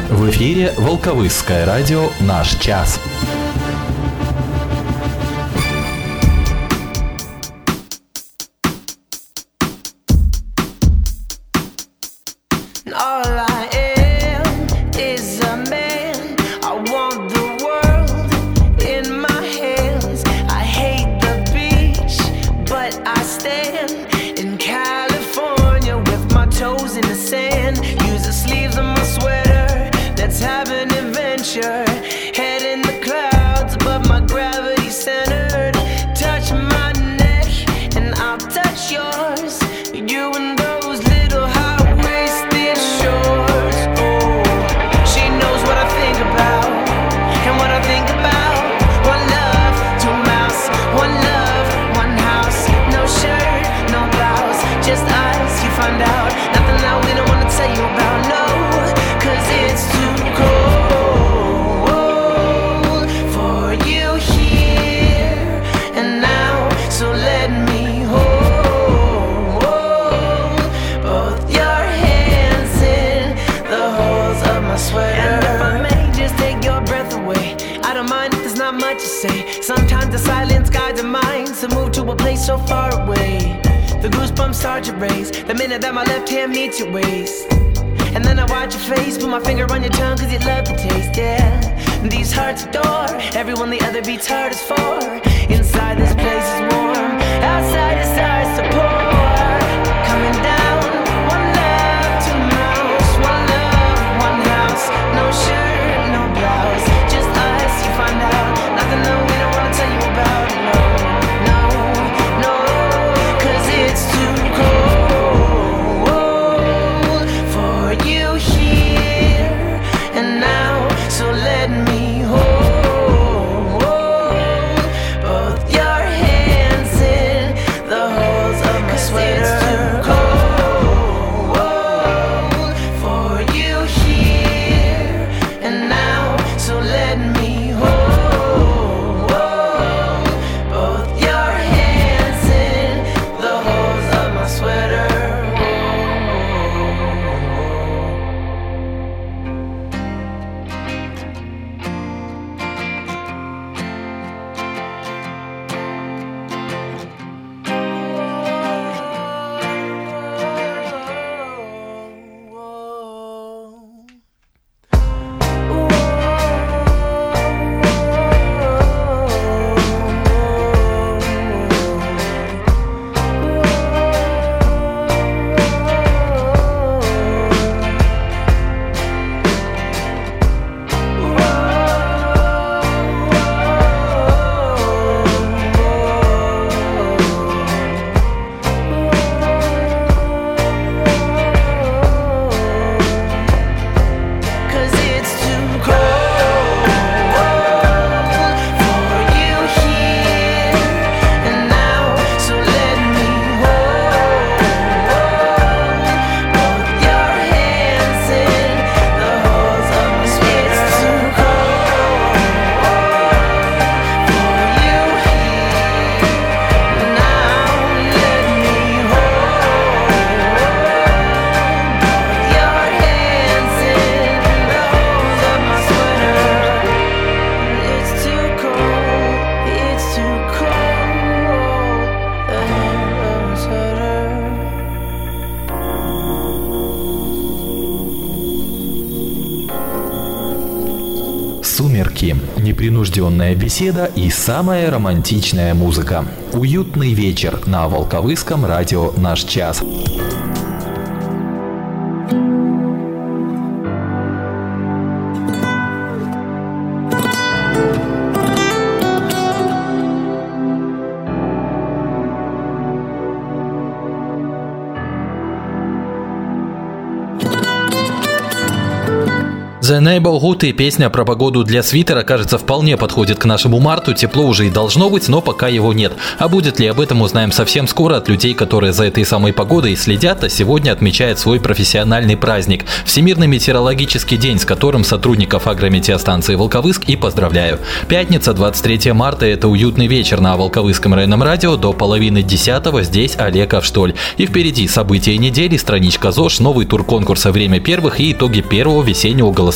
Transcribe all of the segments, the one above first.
В эфире Волковысское радио «Наш час». Sometimes the silence guides our minds to move to a place so far away. The goosebumps start to raise the minute that my left hand meets your waist. And then I watch your face, put my finger on your tongue cause you love the taste, yeah. These hearts adore everyone the other beats hardest for. Inside this place is warm, outside it starts to pour. Coming down, one love, two mouths. One love, one house, no shirt, no blouse. Just us, you find out, nothing that we don't wanna tell you about. No, no, no, cause it's too cold for you here and now. So let me hold both your hands in the holes of my sweater. It's too cold for you here and now. So let me hold both your hands in the holes of my sweater. «Сумерки», непринужденная беседа и самая романтичная музыка. Уютный вечер на Волковысском радио «Наш час». The Neighborhood и песня про погоду для свитера, кажется, вполне подходит к нашему марту. Тепло уже и должно быть, но пока его нет. А будет ли, об этом узнаем совсем скоро от людей, которые за этой самой погодой следят, а сегодня отмечает свой профессиональный праздник – Всемирный метеорологический день, с которым сотрудников агрометеостанции Волковыск и поздравляю. Пятница, 23 марта – это уютный вечер на Волковысском районном радио до 9:30. Здесь Олег Авштоль. И впереди события недели, страничка ЗОЖ, новый тур конкурса «Время первых» и итоги первого весеннего голосования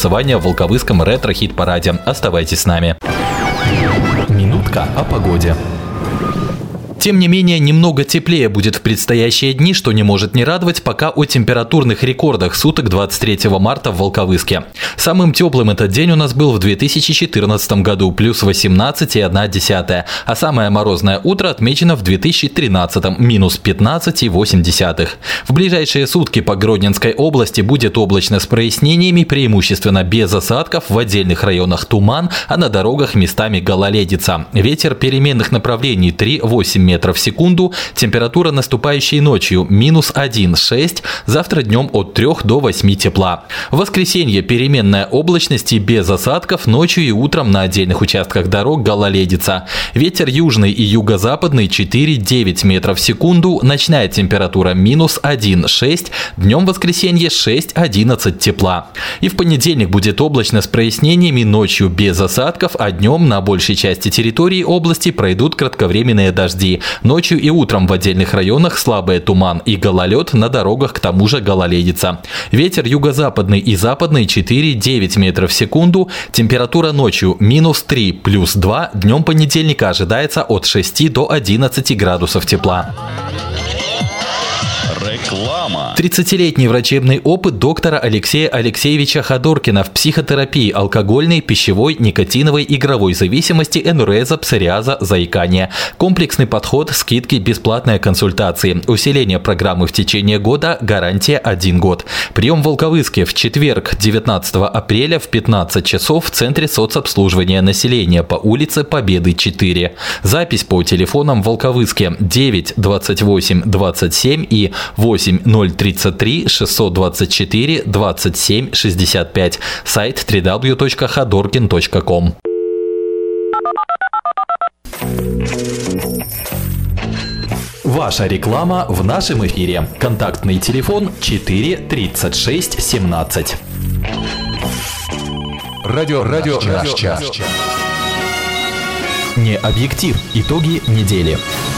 голосования в Волковыском ретро-хит-параде. Оставайтесь с нами. Минутка о погоде. Тем не менее, немного теплее будет в предстоящие дни, что не может не радовать, пока о температурных рекордах суток 23 марта в Волковыске. Самым теплым этот день у нас был в 2014 году, плюс 18,1, а самое морозное утро отмечено в 2013, минус 15,8. В ближайшие сутки по Гродненской области будет облачно с прояснениями, преимущественно без осадков, в отдельных районах туман, а на дорогах местами гололедица. Ветер переменных направлений 3,8 метров в секунду, температура наступающей ночью минус 1,6, завтра днем от 3 до 8 тепла. В воскресенье переменная облачность и без осадков, ночью и утром на отдельных участках дорог гололедица. Ветер южный и юго-западный 4,9 метров в секунду, ночная температура минус 1,6, днем в воскресенье 6,11 тепла. И в понедельник будет облачно с прояснениями, ночью без осадков, а днем на большей части территории области пройдут кратковременные дожди. Ночью и утром в отдельных районах слабый туман и гололед, на дорогах к тому же гололедица. Ветер юго-западный и западный 4,9 метров в секунду, температура ночью минус 3, плюс 2, днем понедельника ожидается от 6 до 11 градусов тепла. Реклама. 30-летний врачебный опыт доктора Алексея Алексеевича Ходоркина в психотерапии алкогольной, пищевой, никотиновой, игровой зависимости, энуреза, псориаза, заикания. Комплексный подход, скидки, бесплатные консультации. Усиление программы в течение года, гарантия 1 год. Прием в Волковыске в четверг, 19 апреля в 15 часов в Центре соцобслуживания населения по улице Победы 4. Запись по телефонам в Волковыске 9 28 27 и 8 033 624 27 65. Сайт www.khodorkin.com. Ваша реклама в нашем эфире. Контактный телефон 4 36 17. Радио «Наш час». Не объектив. Итоги недели.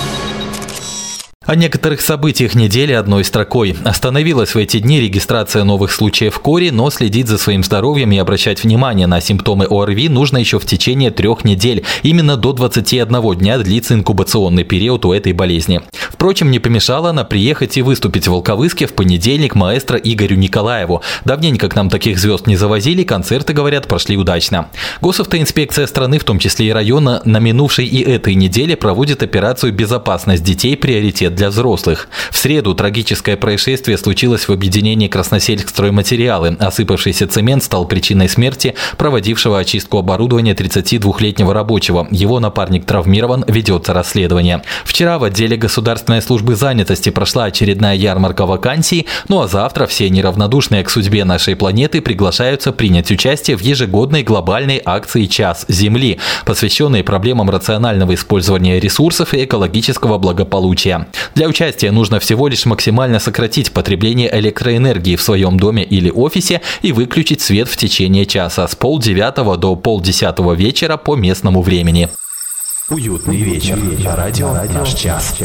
О некоторых событиях недели одной строкой. Остановилась в эти дни регистрация новых случаев кори, но следить за своим здоровьем и обращать внимание на симптомы ОРВИ нужно еще в течение 3 недель. Именно до 21 дня длится инкубационный период у этой болезни. Впрочем, не помешало она приехать и выступить в Волковыске в понедельник маэстро Игорю Николаеву. Давненько к нам таких звезд не завозили, концерты, говорят, прошли удачно. Госавтоинспекция страны, в том числе и района, на минувшей и этой неделе проводит операцию «Безопасность детей. Приоритет для взрослых». В среду трагическое происшествие случилось в объединении «Красносельск-стройматериалы». Осыпавшийся цемент стал причиной смерти проводившего очистку оборудования 32-летнего рабочего. Его напарник травмирован, ведется расследование. Вчера в отделе Государственной службы занятости прошла очередная ярмарка вакансий, ну а завтра все неравнодушные к судьбе нашей планеты приглашаются принять участие в ежегодной глобальной акции «Час Земли», посвященной проблемам рационального использования ресурсов и экологического благополучия. Для участия нужно всего лишь максимально сократить потребление электроэнергии в своем доме или офисе и выключить свет в течение часа с 8:30 до 9:30 вечера по местному времени. Уютный вечер на радио «Наш час».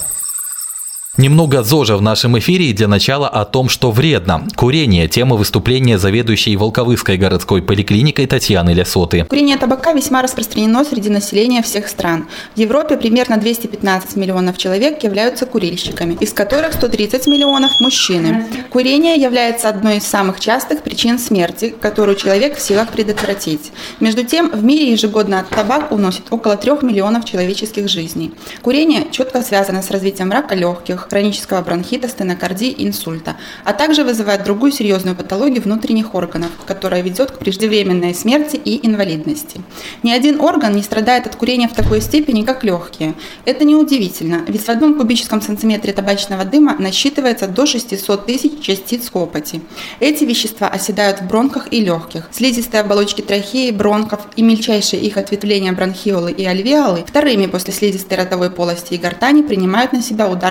Немного ЗОЖа в нашем эфире и для начала о том, что вредно. Курение – тема выступления заведующей Волковыской городской поликлиникой Татьяны Лясоты. Курение табака весьма распространено среди населения всех стран. В Европе примерно 215 миллионов человек являются курильщиками, из которых 130 миллионов – мужчины. Курение является одной из самых частых причин смерти, которую человек в силах предотвратить. Между тем, в мире ежегодно табак уносит около 3 миллионов человеческих жизней. Курение четко связано с развитием рака легких, хронического бронхита, стенокардии, инсульта, а также вызывает другую серьезную патологию внутренних органов, которая ведет к преждевременной смерти и инвалидности. Ни один орган не страдает от курения в такой степени, как легкие. Это неудивительно, ведь в 1 кубическом сантиметре табачного дыма насчитывается до 600 тысяч частиц копоти. Эти вещества оседают в бронхах и легких. Слизистые оболочки трахеи, бронхов и мельчайшие их ответвления бронхиолы и альвеолы вторыми после слизистой ротовой полости и гортани принимают на себя удар ядовитых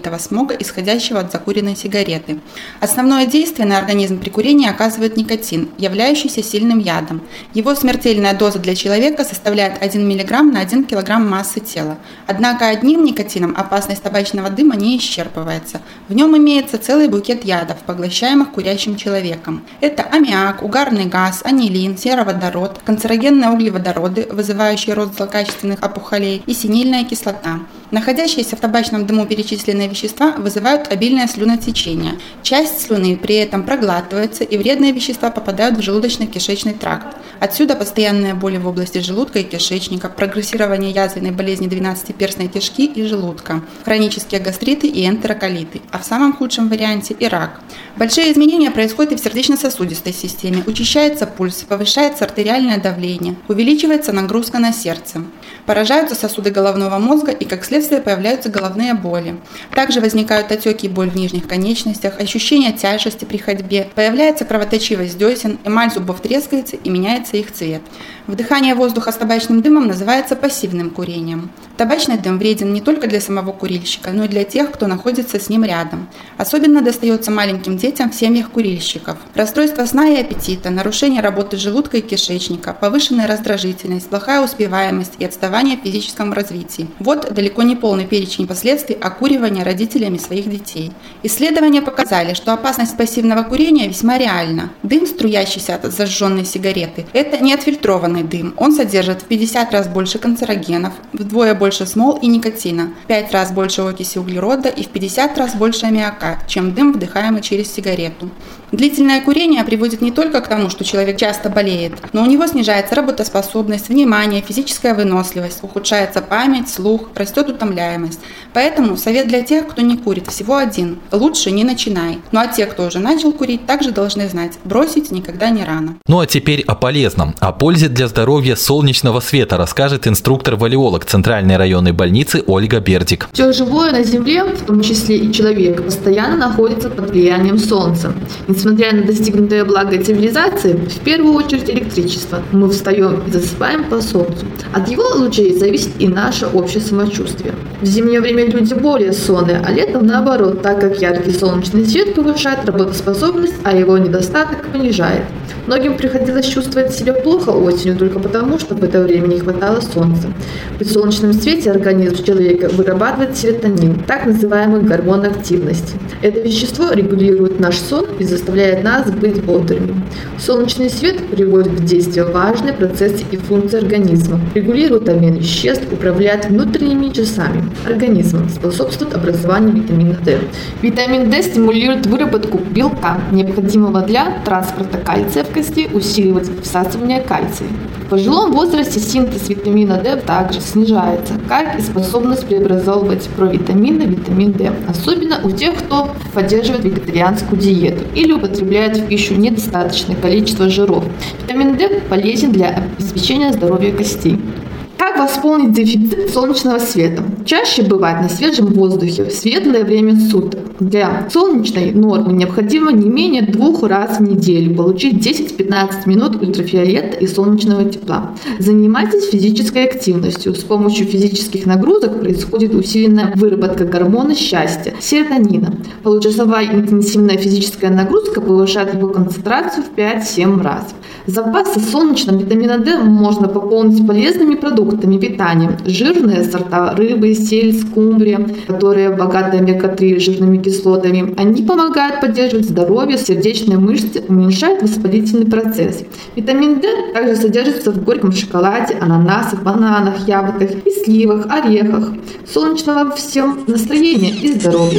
ядовитого смога, исходящего от закуренной сигареты. Основное действие на организм при курении оказывает никотин, являющийся сильным ядом. Его смертельная доза для человека составляет 1 мг на 1 кг массы тела. Однако одним никотином опасность табачного дыма не исчерпывается. В нем имеется целый букет ядов, поглощаемых курящим человеком. Это аммиак, угарный газ, анилин, сероводород, канцерогенные углеводороды, вызывающие рост злокачественных опухолей, и синильная кислота. Находящиеся в табачном дыму перечисленные вещества вызывают обильное слюнотечение. Часть слюны при этом проглатывается, и вредные вещества попадают в желудочно-кишечный тракт. Отсюда постоянные боли в области желудка и кишечника, прогрессирование язвенной болезни 12-перстной кишки и желудка, хронические гастриты и энтероколиты, а в самом худшем варианте и рак. Большие изменения происходят и в сердечно-сосудистой системе. Учащается пульс, повышается артериальное давление, увеличивается нагрузка на сердце. Поражаются сосуды головного мозга и, как следствие, появляются головные боли. Также возникают отеки и боль в нижних конечностях, ощущение тяжести при ходьбе, появляется кровоточивость десен, эмаль зубов трескается и меняется их цвет. Вдыхание воздуха с табачным дымом называется пассивным курением. Табачный дым вреден не только для самого курильщика, но и для тех, кто находится с ним рядом. Особенно достается маленьким детям в семьях курильщиков. Расстройство сна и аппетита, нарушение работы желудка и кишечника, повышенная раздражительность, плохая успеваемость и отставание в физическом развитии. Вот далеко не полный перечень последствий окуривания родителями своих детей. Исследования показали, что опасность пассивного курения весьма реальна. Дым, струящийся от зажженной сигареты, это не отфильтрованный дым. Он содержит в 50 раз больше канцерогенов, вдвое больше смол и никотина, в 5 раз больше окиси углерода и в 50 раз больше аммиака, чем дым, вдыхаемый через сигарету. Длительное курение приводит не только к тому, что человек часто болеет, но у него снижается работоспособность, внимание, физическая выносливость, ухудшается память, слух, растет утомляемость. Поэтому совет для тех, кто не курит, всего один – лучше не начинай. Ну а те, кто уже начал курить, также должны знать – бросить никогда не рано. Ну а теперь о полезном. О пользе для здоровья солнечного света расскажет инструктор-валиолог Центральной районной больницы Ольга Бердик. Все живое на Земле, в том числе и человек, постоянно находится под влиянием солнца. Несмотря на достигнутое благо цивилизации, в первую очередь электричество, мы встаем и засыпаем по солнцу. От его лучей зависит и наше общее самочувствие. В зимнее время люди более сонные, а летом наоборот, так как яркий солнечный свет повышает работоспособность, а его недостаток понижает. Многим приходилось чувствовать себя плохо осенью только потому, что в это время не хватало солнца. При солнечном свете организм человека вырабатывает серотонин, так называемый гормон активности. Это вещество регулирует наш сон и заставляет нас быть бодрыми. Солнечный свет приводит в действие важные процессы и функции организма, регулирует обмен веществ, управляет внутренними часами организма, способствует образованию витамина D. Витамин D стимулирует выработку белка, необходимого для транспорта кальция в кости, усиливает всасывание кальция. В пожилом возрасте синтез витамина D также снижается, как и способность преобразовывать провитамины в витамин D, особенно у тех, кто поддерживает вегетарианскую диету или употребляет в пищу недостаточное количество жиров. Витамин D полезен для обеспечения здоровья костей. Как восполнить дефицит солнечного света? Чаще бывает на свежем воздухе в светлое время суток. Для солнечной нормы необходимо не менее 2 раз в неделю получить 10-15 минут ультрафиолета и солнечного тепла. Занимайтесь физической активностью. С помощью физических нагрузок происходит усиленная выработка гормона счастья – серотонина. Получасовая интенсивная физическая нагрузка повышает его концентрацию в 5-7 раз. Запасы солнечного витамина D можно пополнить полезными продуктами питания. Жирные сорта рыбы, сельдь, скумбрия, которые богаты омега-3 жирными кислотами. Они помогают поддерживать здоровье сердечной мышцы, уменьшают воспалительный процесс. Витамин D также содержится в горьком шоколаде, ананасах, бананах, яблоках и сливах, орехах. Солнечного всем настроения и здоровья.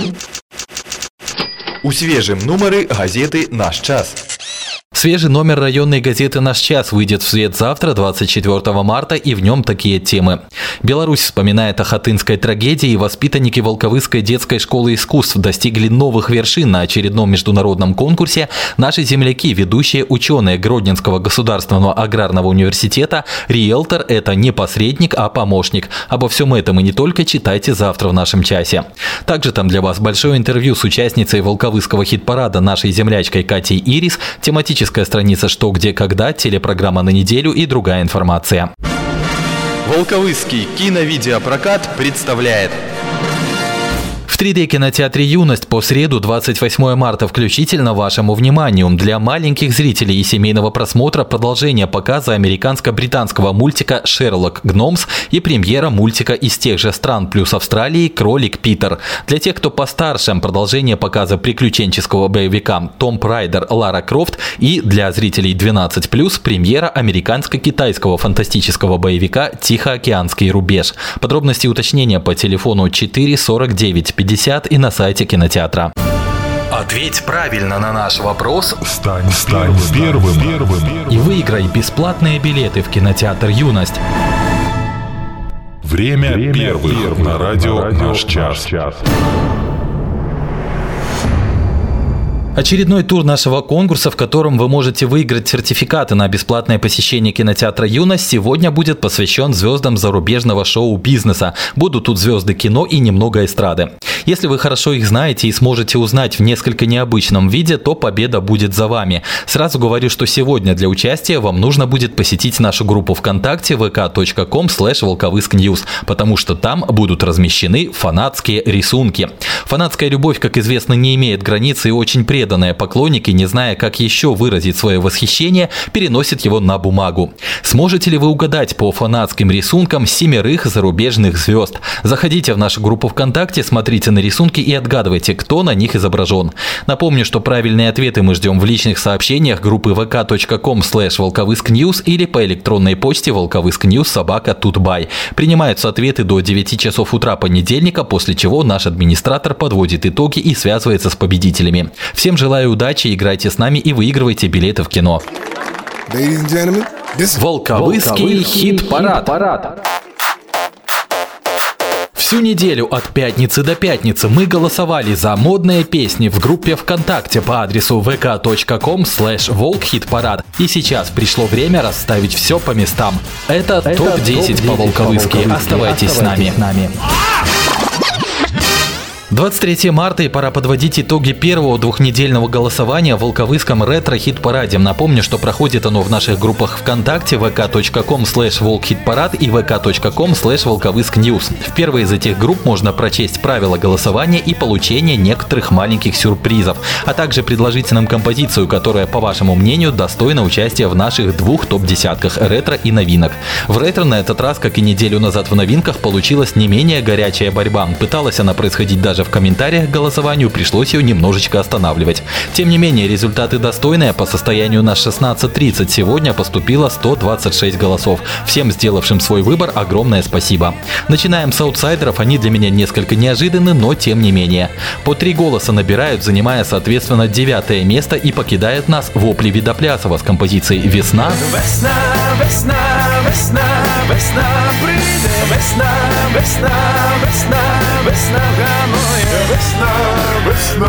У свежем номеры газеты «Наш час». Свежий номер районной газеты «Наш час» выйдет в свет завтра, 24 марта, и в нем такие темы. Беларусь вспоминает о хатынской трагедии, и воспитанники Волковыской детской школы искусств достигли новых вершин на очередном международном конкурсе. Наши земляки, ведущие ученые Гродненского государственного аграрного университета, риэлтор – это не посредник, а помощник. Обо всем этом и не только читайте завтра в нашем часе. Также там для вас большое интервью с участницей Волковыского хит-парада, нашей землячкой Катей Ирис, тематическая страница «Что, где, когда», телепрограмма на неделю и другая информация. Волковыский киновидеопрокат представляет. В 3D-кинотеатре «Юность» по среду 28 марта включительно вашему вниманию для маленьких зрителей и семейного просмотра продолжение показа американско-британского мультика «Шерлок Гномс» и премьера мультика из тех же стран плюс Австралии «Кролик Питер». Для тех, кто постарше, продолжение показа приключенческого боевика «Томб Райдер. Лара Крофт» и для зрителей 12+, премьера американско-китайского фантастического боевика «Тихоокеанский рубеж». Подробности и уточнения по телефону 4 49 50 и на сайте кинотеатра. Ответь правильно на наш вопрос. Стань первым. И выиграй бесплатные билеты в кинотеатр «Юность». Время первых на радио «Наш час». Очередной тур нашего конкурса, в котором вы можете выиграть сертификаты на бесплатное посещение кинотеатра «Юность», сегодня будет посвящен звездам зарубежного шоу-бизнеса. Будут тут звезды кино и немного эстрады. Если вы хорошо их знаете и сможете узнать в несколько необычном виде, то победа будет за вами. Сразу говорю, что сегодня для участия вам нужно будет посетить нашу группу ВКонтакте vk.com/волковыскньюз, потому что там будут размещены фанатские рисунки. Фанатская любовь, как известно, не имеет границ, и очень преданные поклонники, не зная, как еще выразить свое восхищение, переносят его на бумагу. Сможете ли вы угадать по фанатским рисункам 7 зарубежных звезд? Заходите в нашу группу ВКонтакте, смотрите на рисунки и отгадывайте, кто на них изображен. Напомню, что правильные ответы мы ждем в личных сообщениях группы vk.com/волковыскньюз или по электронной почте волковыскньюз@tutbay. Принимаются ответы до 9 часов утра понедельника, после чего наш администратор подводит итоги и связывается с победителями. Всем желаю удачи, играйте с нами и выигрывайте билеты в кино. Волковыский хит-парад. Всю неделю от пятницы до пятницы мы голосовали за модные песни в группе ВКонтакте по адресу vk.com/волкхитпарад. И сейчас пришло время расставить все по местам. Это топ-10 по-волковыски. Оставайтесь с нами. 23 марта, и пора подводить итоги первого двухнедельного голосования в волковыском ретро-хит-параде. Напомню, что проходит оно в наших группах ВКонтакте vk.com/волкхитпарад и vk.com/волковыскньюз. В первой из этих групп можно прочесть правила голосования и получения некоторых маленьких сюрпризов, а также предложить нам композицию, которая, по вашему мнению, достойна участия в наших двух топ-десятках ретро и новинок. В ретро на этот раз, как и неделю назад в новинках, получилась не менее горячая борьба. Пыталась она происходить даже в комментариях к голосованию, пришлось ее немножечко останавливать. Тем не менее, результаты достойные. По состоянию на 16:30 сегодня поступило 126 голосов. Всем сделавшим свой выбор огромное спасибо. Начинаем с аутсайдеров. Они для меня несколько неожиданны, но тем не менее. По 3 голоса набирают, занимая соответственно 9 место, и покидает нас вопли Видоплясова с композицией «Весна». Весна, весна, весна, весна, прийде, весна, весна, весна, весна гамує. Весна.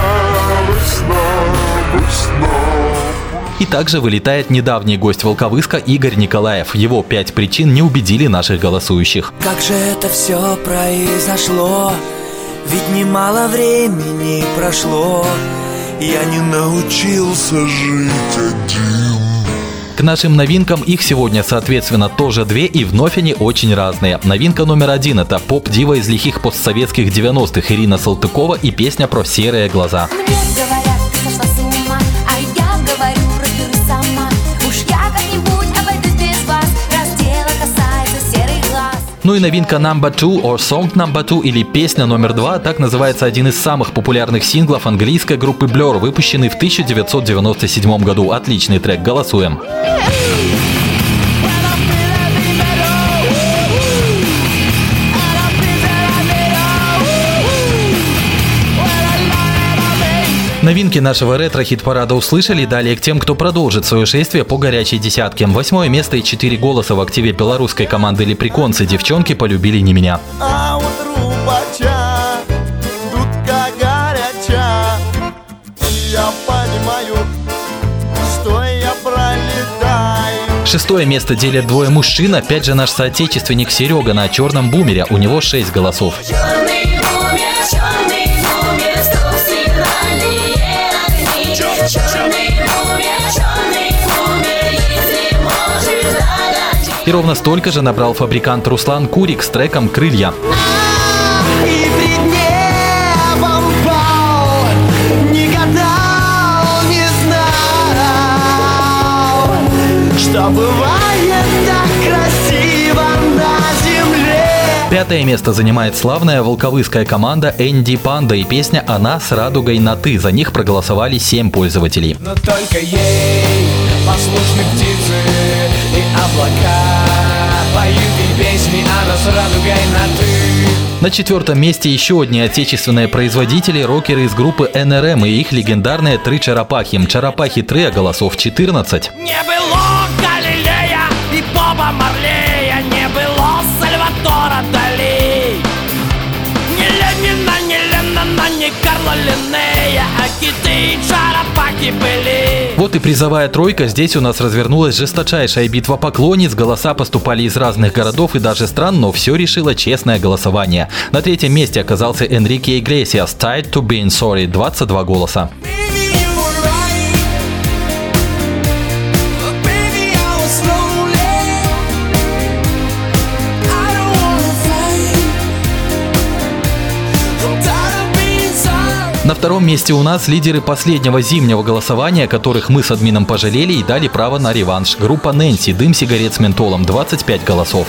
И также вылетает недавний гость Волковыска Игорь Николаев. Его 5 причин не убедили наших голосующих. Как же это все произошло? Ведь немало времени прошло. Я не научился жить один. К нашим новинкам их сегодня, соответственно, тоже 2, и вновь они очень разные. Новинка номер 1 – это поп-дива из лихих постсоветских 90-х Ирина Салтыкова и песня про серые глаза. Мне говорят, ты сошла с ума, а я говорю, разберусь сама. Уж я как-нибудь обойдусь без вас, раз дело касается серых глаз. Ну и новинка number 2, or song number 2, или песня номер 2, так называется один из самых популярных синглов английской группы Blur, выпущенный в 1997 году. Отличный трек, голосуем. Новинки нашего ретро-хит-парада услышали. Далее к тем, кто продолжит свое шествие по горячей десятке. 8 место и 4 голоса в активе белорусской команды «Леприконцы». Девчонки полюбили не меня. А вот рубача, дудка горяча, я понимаю, что я пролетаю. 6 место делят 2 мужчин. Опять же наш соотечественник Серега на «Черном бумере». У него 6 голосов. И ровно столько же набрал фабрикант Руслан Курик с треком «Крылья». И пред небом Все бывает так красиво на земле. 5-е место занимает славная волковыская команда Энди Панда и песня «Она с радугой на ты». За них проголосовали 7 пользователей. Но только ей послушны птицы и облака. Поют ей песни, она с радугой на ты. На 4-м месте еще одни отечественные производители, рокеры из группы НРМ и их легендарные «Тры Чарапахи». «Чарапахи 3», а голосов 14. Не было Галилея и Боба Марлея, не было Сальвадора Дали, ни Ленина, ни Леннона, ни Карла Линнея, а киты и Чарапахи были. Вот и призовая тройка. Здесь у нас развернулась жесточайшая битва поклонниц. Голоса поступали из разных городов и даже стран, но все решило честное голосование. На 3-м месте оказался Энрике Иглесиас «Tied to Being Sorry», 22 голоса. На 2-м месте у нас лидеры последнего зимнего голосования, которых мы с админом пожалели и дали право на реванш. Группа Нэнси «Дым сигарет с ментолом», 25 голосов.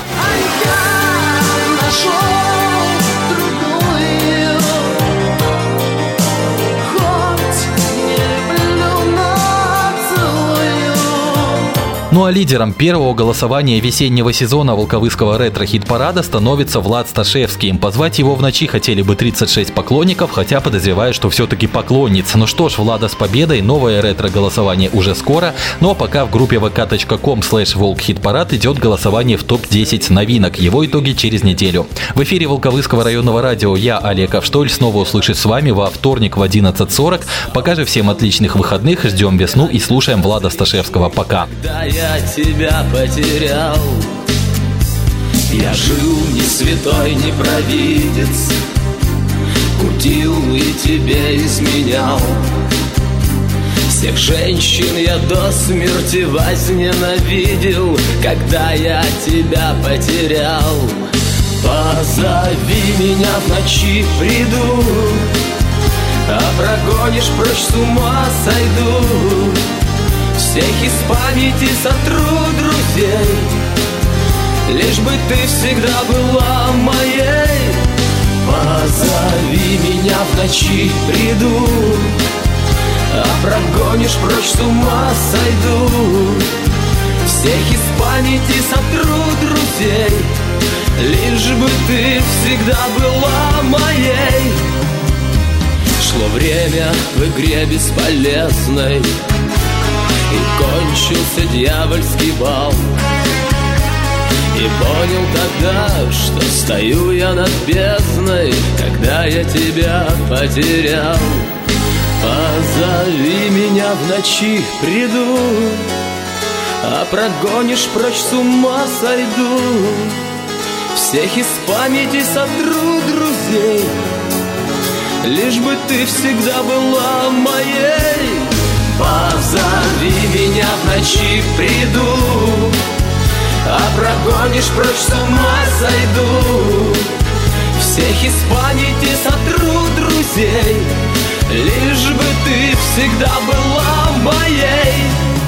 Ну а лидером первого голосования весеннего сезона волковыского ретро-хит-парада становится Влад Сташевский. Позвать его в ночи хотели бы 36 поклонников, хотя подозреваю, что все-таки поклонниц. Ну что ж, Влада с победой, новое ретро-голосование уже скоро. Ну а пока в группе vk.com/волк-хит-парад идет голосование в топ-10 новинок. Его итоги через неделю. В эфире Волковыского районного радио я, Олег Авштоль, снова услышусь с вами во вторник в 11:40. Пока же всем отличных выходных, ждем весну и слушаем Влада Сташевского. Пока. Я тебя потерял. Я жил не святой, не провидец, кутил и тебе изменял. Всех женщин я до смерти возненавидел, когда я тебя потерял. Позови меня в ночи, приду, а прогонишь прочь, с ума сойду. Всех из памяти сотру друзей, лишь бы ты всегда была моей. Позови меня в ночи, приду, а прогонишь прочь, с ума сойду. Всех из памяти сотру друзей, лишь бы ты всегда была моей. Шло время в игре бесполезной, и кончился дьявольский бал. И понял тогда, что стою я над бездной, когда я тебя потерял. Позови меня в ночи, приду, а прогонишь прочь, с ума сойду. Всех из памяти сотру друзей, лишь бы ты всегда была моей. Позови меня в ночи, приду, а прогонишь прочь, с ума сойду. Всех из памяти сотру друзей, лишь бы ты всегда была моей.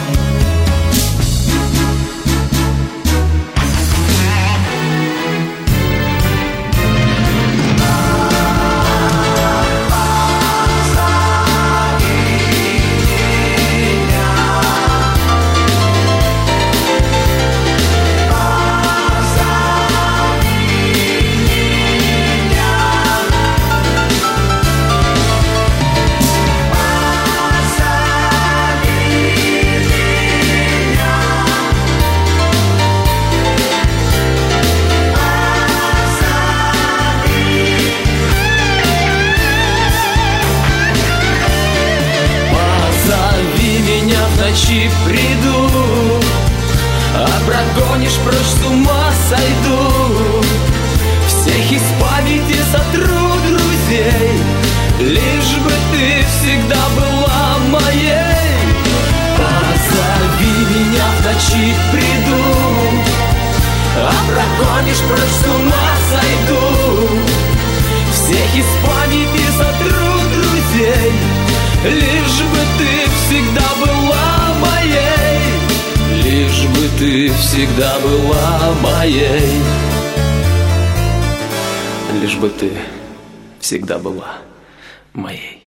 Приду, а прогонишь прочь, с ума сойду. Всех из памяти сотру друзей, лишь бы ты всегда была моей. Позови меня в ночи, приду, а прогонишь прочь, с ума сойду. Всех из памяти сотру друзей, лишь бы ты всегда была моей. Лишь бы ты всегда была моей. Лишь бы ты всегда была моей.